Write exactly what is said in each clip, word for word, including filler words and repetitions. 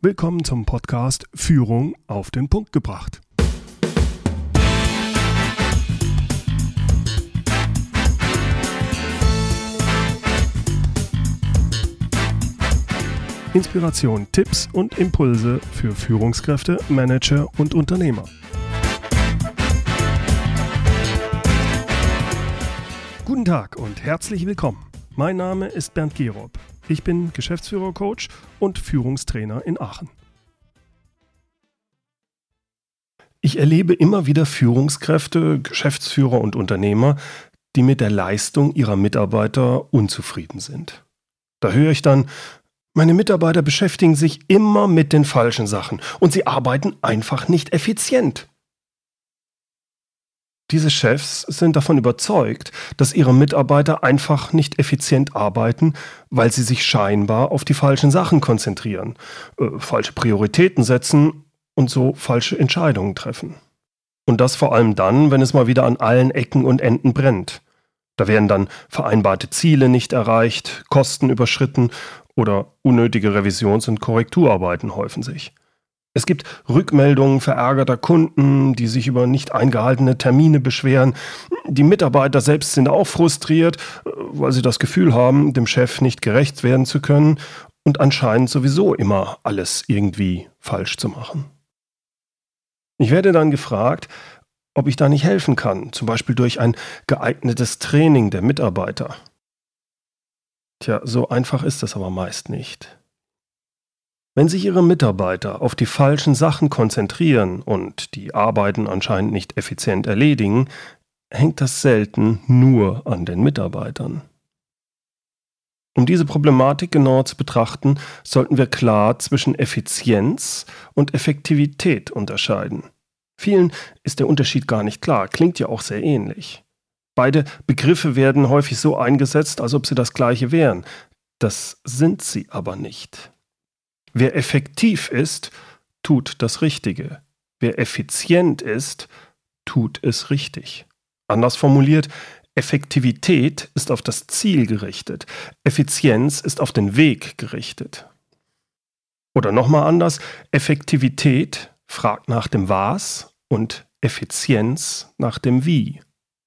Willkommen zum Podcast Führung auf den Punkt gebracht. Inspiration, Tipps und Impulse für Führungskräfte, Manager und Unternehmer. Guten Tag und herzlich willkommen. Mein Name ist Bernd Gerob. Ich bin Geschäftsführer-Coach und Führungstrainer in Aachen. Ich erlebe immer wieder Führungskräfte, Geschäftsführer und Unternehmer, die mit der Leistung ihrer Mitarbeiter unzufrieden sind. Da höre ich dann: Meine Mitarbeiter beschäftigen sich immer mit den falschen Sachen und sie arbeiten einfach nicht effizient. Diese Chefs sind davon überzeugt, dass ihre Mitarbeiter einfach nicht effizient arbeiten, weil sie sich scheinbar auf die falschen Sachen konzentrieren, äh, falsche Prioritäten setzen und so falsche Entscheidungen treffen. Und das vor allem dann, wenn es mal wieder an allen Ecken und Enden brennt. Da werden dann vereinbarte Ziele nicht erreicht, Kosten überschritten oder unnötige Revisions- und Korrekturarbeiten häufen sich. Es gibt Rückmeldungen verärgerter Kunden, die sich über nicht eingehaltene Termine beschweren. Die Mitarbeiter selbst sind auch frustriert, weil sie das Gefühl haben, dem Chef nicht gerecht werden zu können und anscheinend sowieso immer alles irgendwie falsch zu machen. Ich werde dann gefragt, ob ich da nicht helfen kann, zum Beispiel durch ein geeignetes Training der Mitarbeiter. Tja, so einfach ist das aber meist nicht. Wenn sich Ihre Mitarbeiter auf die falschen Sachen konzentrieren und die Arbeiten anscheinend nicht effizient erledigen, hängt das selten nur an den Mitarbeitern. Um diese Problematik genauer zu betrachten, sollten wir klar zwischen Effizienz und Effektivität unterscheiden. Vielen ist der Unterschied gar nicht klar, klingt ja auch sehr ähnlich. Beide Begriffe werden häufig so eingesetzt, als ob sie das Gleiche wären. Das sind sie aber nicht. Wer effektiv ist, tut das Richtige. Wer effizient ist, tut es richtig. Anders formuliert, Effektivität ist auf das Ziel gerichtet, Effizienz ist auf den Weg gerichtet. Oder nochmal anders, Effektivität fragt nach dem Was und Effizienz nach dem Wie.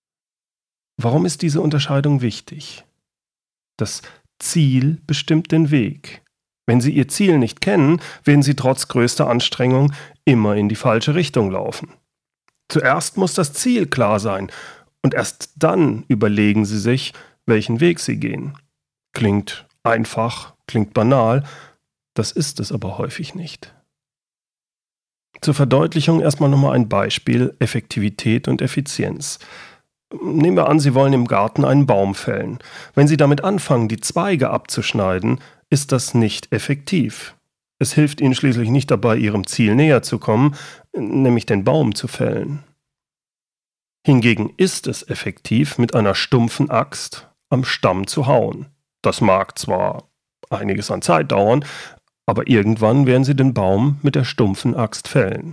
Warum ist diese Unterscheidung wichtig? Das Ziel bestimmt den Weg. Wenn Sie Ihr Ziel nicht kennen, werden Sie trotz größter Anstrengung immer in die falsche Richtung laufen. Zuerst muss das Ziel klar sein und erst dann überlegen Sie sich, welchen Weg Sie gehen. Klingt einfach, klingt banal, das ist es aber häufig nicht. Zur Verdeutlichung erstmal nochmal ein Beispiel: Effektivität und Effizienz. Nehmen wir an, Sie wollen im Garten einen Baum fällen. Wenn Sie damit anfangen, die Zweige abzuschneiden, ist das nicht effektiv. Es hilft Ihnen schließlich nicht dabei, Ihrem Ziel näher zu kommen, nämlich den Baum zu fällen. Hingegen ist es effektiv, mit einer stumpfen Axt am Stamm zu hauen. Das mag zwar einiges an Zeit dauern, aber irgendwann werden Sie den Baum mit der stumpfen Axt fällen.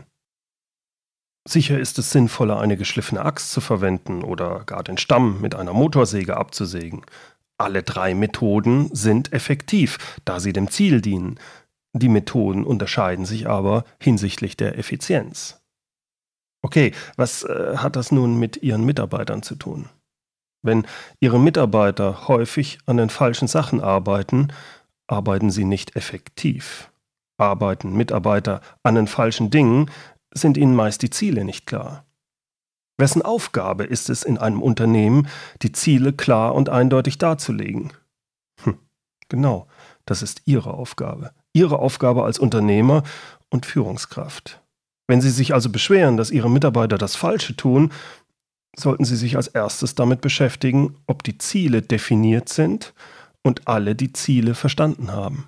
Sicher ist es sinnvoller, eine geschliffene Axt zu verwenden oder gar den Stamm mit einer Motorsäge abzusägen. Alle drei Methoden sind effektiv, da sie dem Ziel dienen. Die Methoden unterscheiden sich aber hinsichtlich der Effizienz. Okay, was äh, hat das nun mit Ihren Mitarbeitern zu tun? Wenn Ihre Mitarbeiter häufig an den falschen Sachen arbeiten, arbeiten sie nicht effektiv. Arbeiten Mitarbeiter an den falschen Dingen, sind ihnen meist die Ziele nicht klar. Wessen Aufgabe ist es in einem Unternehmen, die Ziele klar und eindeutig darzulegen? Hm, genau, das ist Ihre Aufgabe. Ihre Aufgabe als Unternehmer und Führungskraft. Wenn Sie sich also beschweren, dass Ihre Mitarbeiter das Falsche tun, sollten Sie sich als erstes damit beschäftigen, ob die Ziele definiert sind und alle die Ziele verstanden haben.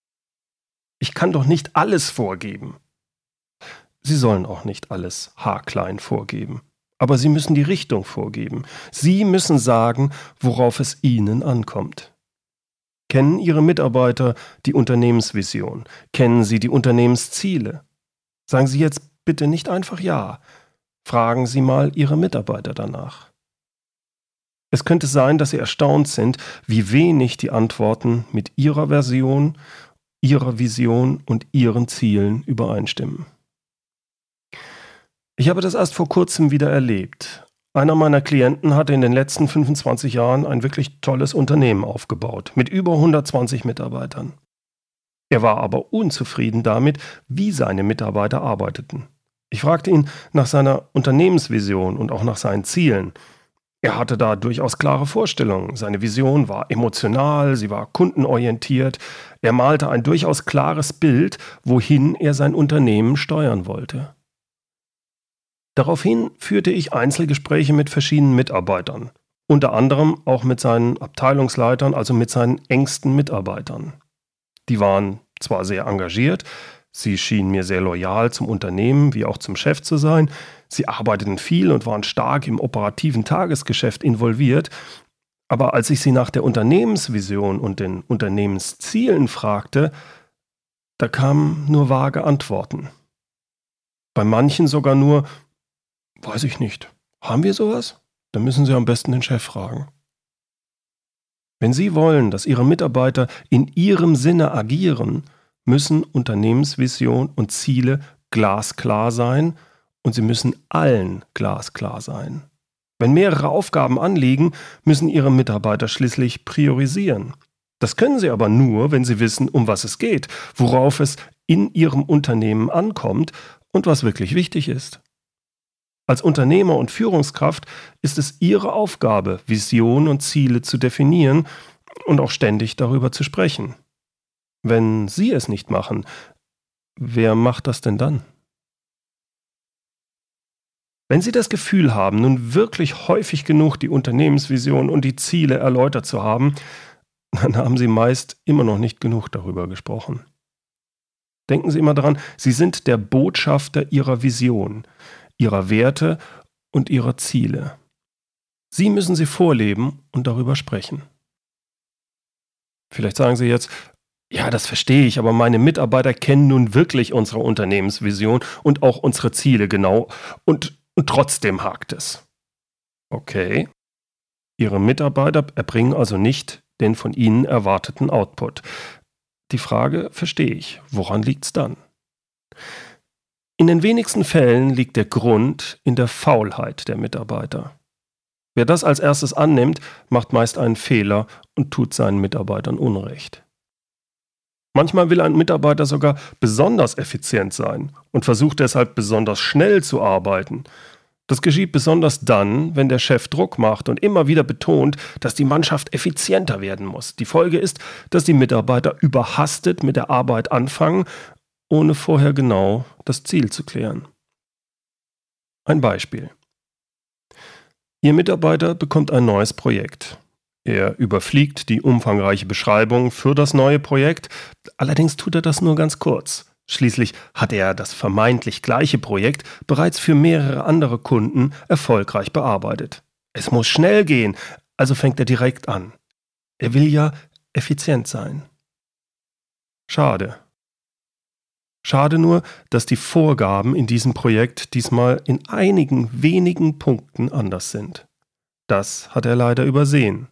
Ich kann doch nicht alles vorgeben. Sie sollen auch nicht alles haarklein vorgeben. Aber Sie müssen die Richtung vorgeben. Sie müssen sagen, worauf es Ihnen ankommt. Kennen Ihre Mitarbeiter die Unternehmensvision? Kennen Sie die Unternehmensziele? Sagen Sie jetzt bitte nicht einfach Ja. Fragen Sie mal Ihre Mitarbeiter danach. Es könnte sein, dass Sie erstaunt sind, wie wenig die Antworten mit Ihrer Version ihrer Vision und ihren Zielen übereinstimmen. Ich habe das erst vor kurzem wieder erlebt. Einer meiner Klienten hatte in den letzten fünfundzwanzig Jahren ein wirklich tolles Unternehmen aufgebaut, mit über hundertzwanzig Mitarbeitern. Er war aber unzufrieden damit, wie seine Mitarbeiter arbeiteten. Ich fragte ihn nach seiner Unternehmensvision und auch nach seinen Zielen. Er hatte da durchaus klare Vorstellungen. Seine Vision war emotional, sie war kundenorientiert. Er malte ein durchaus klares Bild, wohin er sein Unternehmen steuern wollte. Daraufhin führte ich Einzelgespräche mit verschiedenen Mitarbeitern, unter anderem auch mit seinen Abteilungsleitern, also mit seinen engsten Mitarbeitern. Die waren zwar sehr engagiert, sie schienen mir sehr loyal zum Unternehmen wie auch zum Chef zu sein, sie arbeiteten viel und waren stark im operativen Tagesgeschäft involviert, aber als ich sie nach der Unternehmensvision und den Unternehmenszielen fragte, da kamen nur vage Antworten. Bei manchen sogar nur: Weiß ich nicht. Haben wir sowas? Dann müssen Sie am besten den Chef fragen. Wenn Sie wollen, dass Ihre Mitarbeiter in Ihrem Sinne agieren, müssen Unternehmensvision und Ziele glasklar sein und sie müssen allen glasklar sein. Wenn mehrere Aufgaben anliegen, müssen Ihre Mitarbeiter schließlich priorisieren. Das können sie aber nur, wenn sie wissen, um was es geht, worauf es in Ihrem Unternehmen ankommt und was wirklich wichtig ist. Als Unternehmer und Führungskraft ist es Ihre Aufgabe, Vision und Ziele zu definieren und auch ständig darüber zu sprechen. Wenn Sie es nicht machen, wer macht das denn dann? Wenn Sie das Gefühl haben, nun wirklich häufig genug die Unternehmensvision und die Ziele erläutert zu haben, dann haben Sie meist immer noch nicht genug darüber gesprochen. Denken Sie immer daran, Sie sind der Botschafter Ihrer Vision, Ihrer Werte und Ihrer Ziele. Sie müssen sie vorleben und darüber sprechen. Vielleicht sagen Sie jetzt: Ja, das verstehe ich, aber meine Mitarbeiter kennen nun wirklich unsere Unternehmensvision und auch unsere Ziele genau und, und trotzdem hakt es. Okay. Ihre Mitarbeiter erbringen also nicht den von Ihnen erwarteten Output. Die Frage verstehe ich. Woran liegt's dann? In den wenigsten Fällen liegt der Grund in der Faulheit der Mitarbeiter. Wer das als erstes annimmt, macht meist einen Fehler und tut seinen Mitarbeitern Unrecht. Manchmal will ein Mitarbeiter sogar besonders effizient sein und versucht deshalb besonders schnell zu arbeiten. Das geschieht besonders dann, wenn der Chef Druck macht und immer wieder betont, dass die Mannschaft effizienter werden muss. Die Folge ist, dass die Mitarbeiter überhastet mit der Arbeit anfangen, ohne vorher genau das Ziel zu klären. Ein Beispiel. Ihr Mitarbeiter bekommt ein neues Projekt. Er überfliegt die umfangreiche Beschreibung für das neue Projekt, allerdings tut er das nur ganz kurz. Schließlich hat er das vermeintlich gleiche Projekt bereits für mehrere andere Kunden erfolgreich bearbeitet. Es muss schnell gehen, also fängt er direkt an. Er will ja effizient sein. Schade. Schade nur, dass die Vorgaben in diesem Projekt diesmal in einigen wenigen Punkten anders sind. Das hat er leider übersehen.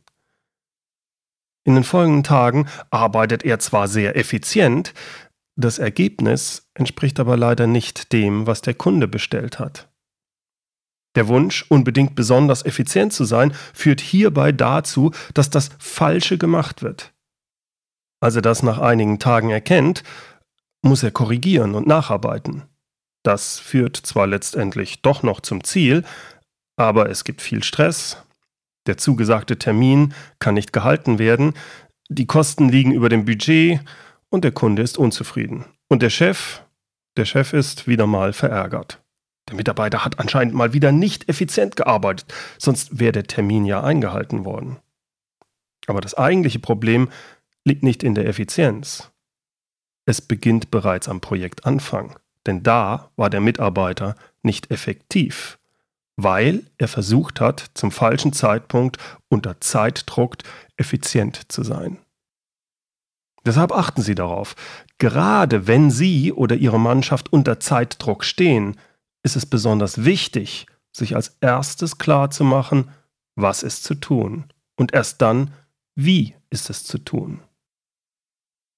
In den folgenden Tagen arbeitet er zwar sehr effizient, das Ergebnis entspricht aber leider nicht dem, was der Kunde bestellt hat. Der Wunsch, unbedingt besonders effizient zu sein, führt hierbei dazu, dass das Falsche gemacht wird. Als er das nach einigen Tagen erkennt, muss er korrigieren und nacharbeiten. Das führt zwar letztendlich doch noch zum Ziel, aber es gibt viel Stress. Der zugesagte Termin kann nicht gehalten werden, die Kosten liegen über dem Budget und der Kunde ist unzufrieden. Und der Chef, der Chef ist wieder mal verärgert. Der Mitarbeiter hat anscheinend mal wieder nicht effizient gearbeitet, sonst wäre der Termin ja eingehalten worden. Aber das eigentliche Problem liegt nicht in der Effizienz. Es beginnt bereits am Projektanfang, denn da war der Mitarbeiter nicht effektiv, weil er versucht hat, zum falschen Zeitpunkt unter Zeitdruck effizient zu sein. Deshalb achten Sie darauf, gerade wenn Sie oder Ihre Mannschaft unter Zeitdruck stehen, ist es besonders wichtig, sich als erstes klarzumachen, was ist zu tun und erst dann, wie ist es zu tun.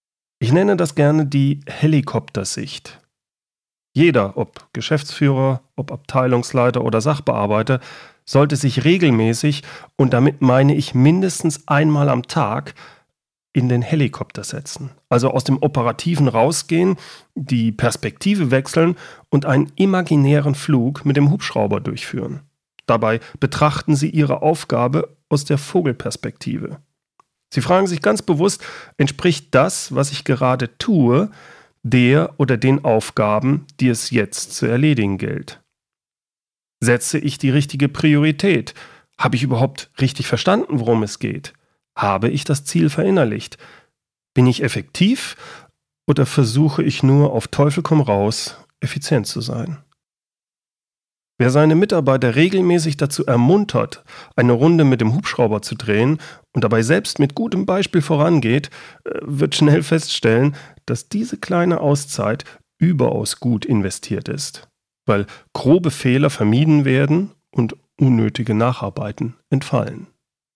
Ich nenne das gerne die Helikoptersicht. Jeder, ob Geschäftsführer, ob Abteilungsleiter oder Sachbearbeiter, sollte sich regelmäßig, und damit meine ich mindestens einmal am Tag, in den Helikopter setzen. Also aus dem Operativen rausgehen, die Perspektive wechseln und einen imaginären Flug mit dem Hubschrauber durchführen. Dabei betrachten Sie Ihre Aufgabe aus der Vogelperspektive. Sie fragen sich ganz bewusst, entspricht das, was ich gerade tue, der oder den Aufgaben, die es jetzt zu erledigen gilt? Setze ich die richtige Priorität? Habe ich überhaupt richtig verstanden, worum es geht? Habe ich das Ziel verinnerlicht? Bin ich effektiv oder versuche ich nur auf Teufel komm raus, effizient zu sein? Wer seine Mitarbeiter regelmäßig dazu ermuntert, eine Runde mit dem Hubschrauber zu drehen und dabei selbst mit gutem Beispiel vorangeht, wird schnell feststellen, dass diese kleine Auszeit überaus gut investiert ist, weil grobe Fehler vermieden werden und unnötige Nacharbeiten entfallen.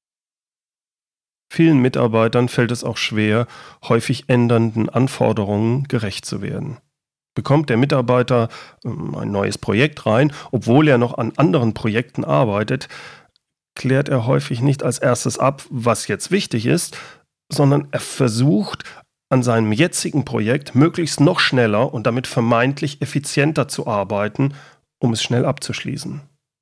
Vielen Mitarbeitern fällt es auch schwer, häufig ändernden Anforderungen gerecht zu werden. Bekommt der Mitarbeiter ähm, ein neues Projekt rein, obwohl er noch an anderen Projekten arbeitet, klärt er häufig nicht als erstes ab, was jetzt wichtig ist, sondern er versucht, an seinem jetzigen Projekt möglichst noch schneller und damit vermeintlich effizienter zu arbeiten, um es schnell abzuschließen.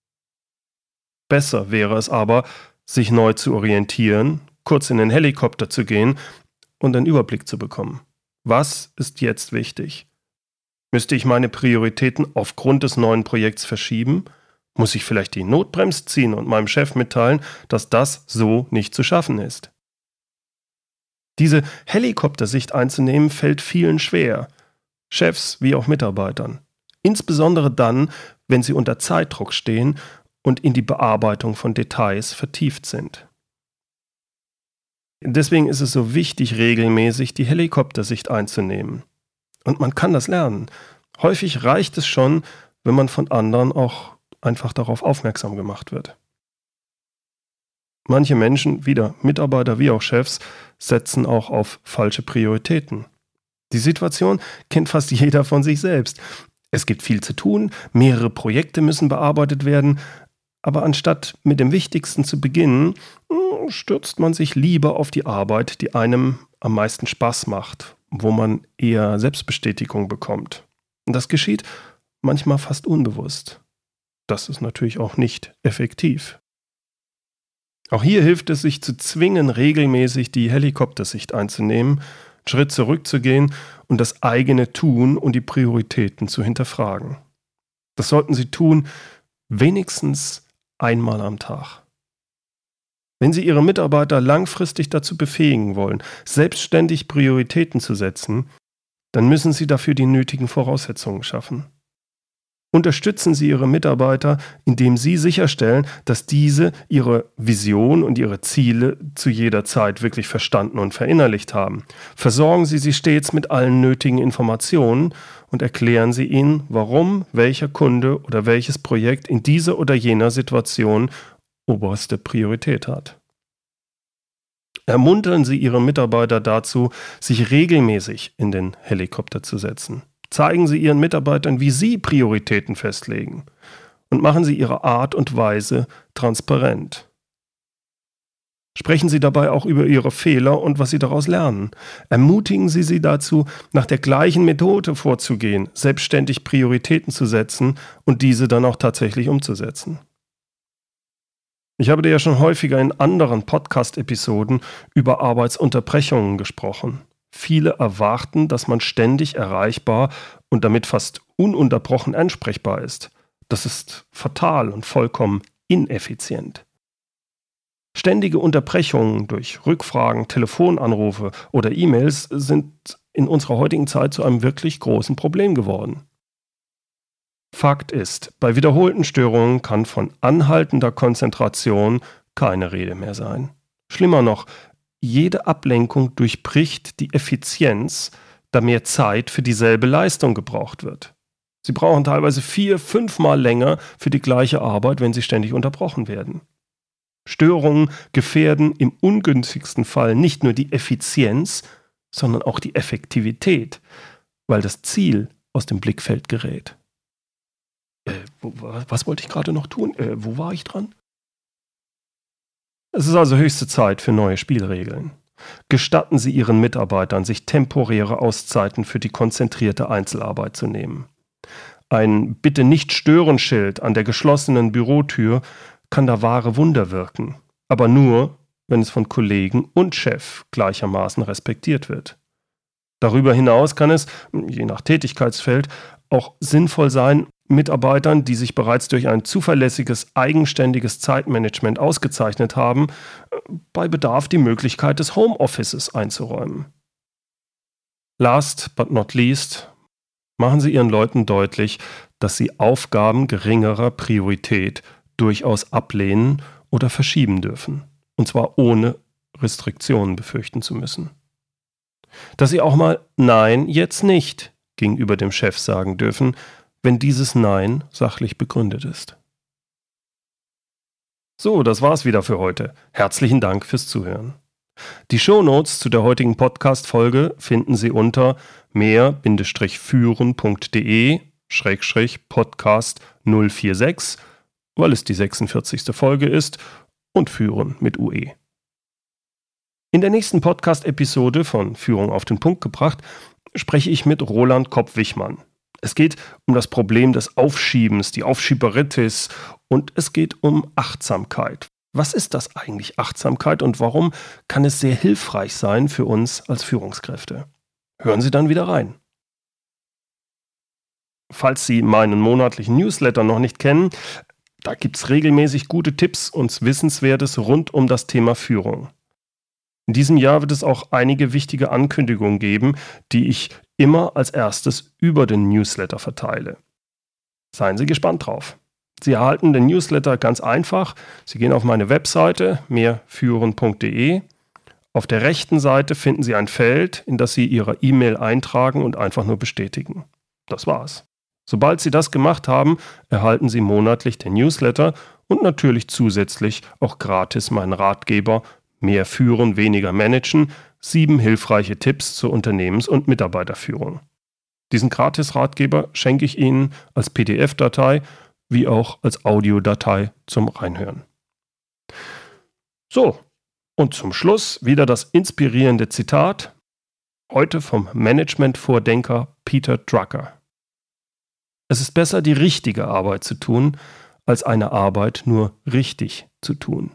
Besser wäre es aber, sich neu zu orientieren, kurz in den Helikopter zu gehen und einen Überblick zu bekommen. Was ist jetzt wichtig? Müsste ich meine Prioritäten aufgrund des neuen Projekts verschieben? Muss ich vielleicht die Notbremse ziehen und meinem Chef mitteilen, dass das so nicht zu schaffen ist? Diese Helikoptersicht einzunehmen, fällt vielen schwer, Chefs wie auch Mitarbeitern. Insbesondere dann, wenn sie unter Zeitdruck stehen und in die Bearbeitung von Details vertieft sind. Deswegen ist es so wichtig, regelmäßig die Helikoptersicht einzunehmen. Und man kann das lernen. Häufig reicht es schon, wenn man von anderen auch einfach darauf aufmerksam gemacht wird. Manche Menschen, wieder Mitarbeiter wie auch Chefs, setzen auch auf falsche Prioritäten. Die Situation kennt fast jeder von sich selbst. Es gibt viel zu tun, mehrere Projekte müssen bearbeitet werden, aber anstatt mit dem Wichtigsten zu beginnen, stürzt man sich lieber auf die Arbeit, die einem am meisten Spaß macht, wo man eher Selbstbestätigung bekommt. Und das geschieht manchmal fast unbewusst. Das ist natürlich auch nicht effektiv. Auch hier hilft es, sich zu zwingen, regelmäßig die Helikoptersicht einzunehmen, einen Schritt zurückzugehen und das eigene Tun und die Prioritäten zu hinterfragen. Das sollten Sie tun, wenigstens einmal am Tag. Wenn Sie Ihre Mitarbeiter langfristig dazu befähigen wollen, selbstständig Prioritäten zu setzen, dann müssen Sie dafür die nötigen Voraussetzungen schaffen. Unterstützen Sie Ihre Mitarbeiter, indem Sie sicherstellen, dass diese ihre Vision und ihre Ziele zu jeder Zeit wirklich verstanden und verinnerlicht haben. Versorgen Sie sie stets mit allen nötigen Informationen und erklären Sie ihnen, warum welcher Kunde oder welches Projekt in dieser oder jener Situation oberste Priorität hat. Ermuntern Sie Ihre Mitarbeiter dazu, sich regelmäßig in den Helikopter zu setzen. Zeigen Sie Ihren Mitarbeitern, wie Sie Prioritäten festlegen, und machen Sie Ihre Art und Weise transparent. Sprechen Sie dabei auch über Ihre Fehler und was Sie daraus lernen. Ermutigen Sie sie dazu, nach der gleichen Methode vorzugehen, selbstständig Prioritäten zu setzen und diese dann auch tatsächlich umzusetzen. Ich habe dir ja schon häufiger in anderen Podcast-Episoden über Arbeitsunterbrechungen gesprochen. Viele erwarten, dass man ständig erreichbar und damit fast ununterbrochen ansprechbar ist. Das ist fatal und vollkommen ineffizient. Ständige Unterbrechungen durch Rückfragen, Telefonanrufe oder E-Mails sind in unserer heutigen Zeit zu einem wirklich großen Problem geworden. Fakt ist, bei wiederholten Störungen kann von anhaltender Konzentration keine Rede mehr sein. Schlimmer noch, jede Ablenkung durchbricht die Effizienz, da mehr Zeit für dieselbe Leistung gebraucht wird. Sie brauchen teilweise vier, fünfmal länger für die gleiche Arbeit, wenn sie ständig unterbrochen werden. Störungen gefährden im ungünstigsten Fall nicht nur die Effizienz, sondern auch die Effektivität, weil das Ziel aus dem Blickfeld gerät. Äh, wo, was wollte ich gerade noch tun? Äh, wo war ich dran? Es ist also höchste Zeit für neue Spielregeln. Gestatten Sie Ihren Mitarbeitern, sich temporäre Auszeiten für die konzentrierte Einzelarbeit zu nehmen. Ein Bitte-nicht-stören-Schild an der geschlossenen Bürotür kann da wahre Wunder wirken, aber nur, wenn es von Kollegen und Chef gleichermaßen respektiert wird. Darüber hinaus kann es, je nach Tätigkeitsfeld, auch sinnvoll sein, Mitarbeitern, die sich bereits durch ein zuverlässiges, eigenständiges Zeitmanagement ausgezeichnet haben, bei Bedarf die Möglichkeit des Homeoffices einzuräumen. Last but not least, machen Sie Ihren Leuten deutlich, dass sie Aufgaben geringerer Priorität durchaus ablehnen oder verschieben dürfen, und zwar ohne Restriktionen befürchten zu müssen. Dass sie auch mal Nein, jetzt nicht gegenüber dem Chef sagen dürfen, wenn dieses Nein sachlich begründet ist. So, das war's wieder für heute. Herzlichen Dank fürs Zuhören. Die Shownotes zu der heutigen Podcast-Folge finden Sie unter mehr führen punkt de Schrägstrich Podcast null vier sechs, weil es die sechsundvierzigste Folge ist und Führen mit U E. In der nächsten Podcast-Episode von Führung auf den Punkt gebracht spreche ich mit Roland Kopp-Wichmann. Es geht um das Problem des Aufschiebens, die Aufschieberitis, und es geht um Achtsamkeit. Was ist das eigentlich, Achtsamkeit, und warum kann es sehr hilfreich sein für uns als Führungskräfte? Hören Sie dann wieder rein. Falls Sie meinen monatlichen Newsletter noch nicht kennen, da gibt es regelmäßig gute Tipps und Wissenswertes rund um das Thema Führung. In diesem Jahr wird es auch einige wichtige Ankündigungen geben, die ich immer als erstes über den Newsletter verteile. Seien Sie gespannt drauf. Sie erhalten den Newsletter ganz einfach. Sie gehen auf meine Webseite mehr führen punkt de. Auf der rechten Seite finden Sie ein Feld, in das Sie Ihre E-Mail eintragen und einfach nur bestätigen. Das war's. Sobald Sie das gemacht haben, erhalten Sie monatlich den Newsletter und natürlich zusätzlich auch gratis meinen Ratgeber Mehr führen, weniger managen, sieben hilfreiche Tipps zur Unternehmens- und Mitarbeiterführung. Diesen Gratis-Ratgeber schenke ich Ihnen als P D F-Datei wie auch als Audiodatei zum Reinhören. So, und zum Schluss wieder das inspirierende Zitat, heute vom Management-Vordenker Peter Drucker. Es ist besser, die richtige Arbeit zu tun, als eine Arbeit nur richtig zu tun.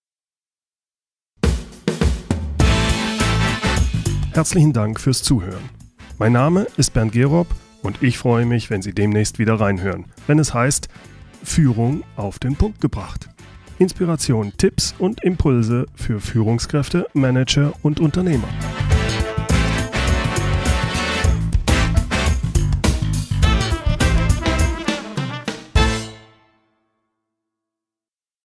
Herzlichen Dank fürs Zuhören. Mein Name ist Bernd Gerob und ich freue mich, wenn Sie demnächst wieder reinhören, wenn es heißt Führung auf den Punkt gebracht. Inspiration, Tipps und Impulse für Führungskräfte, Manager und Unternehmer.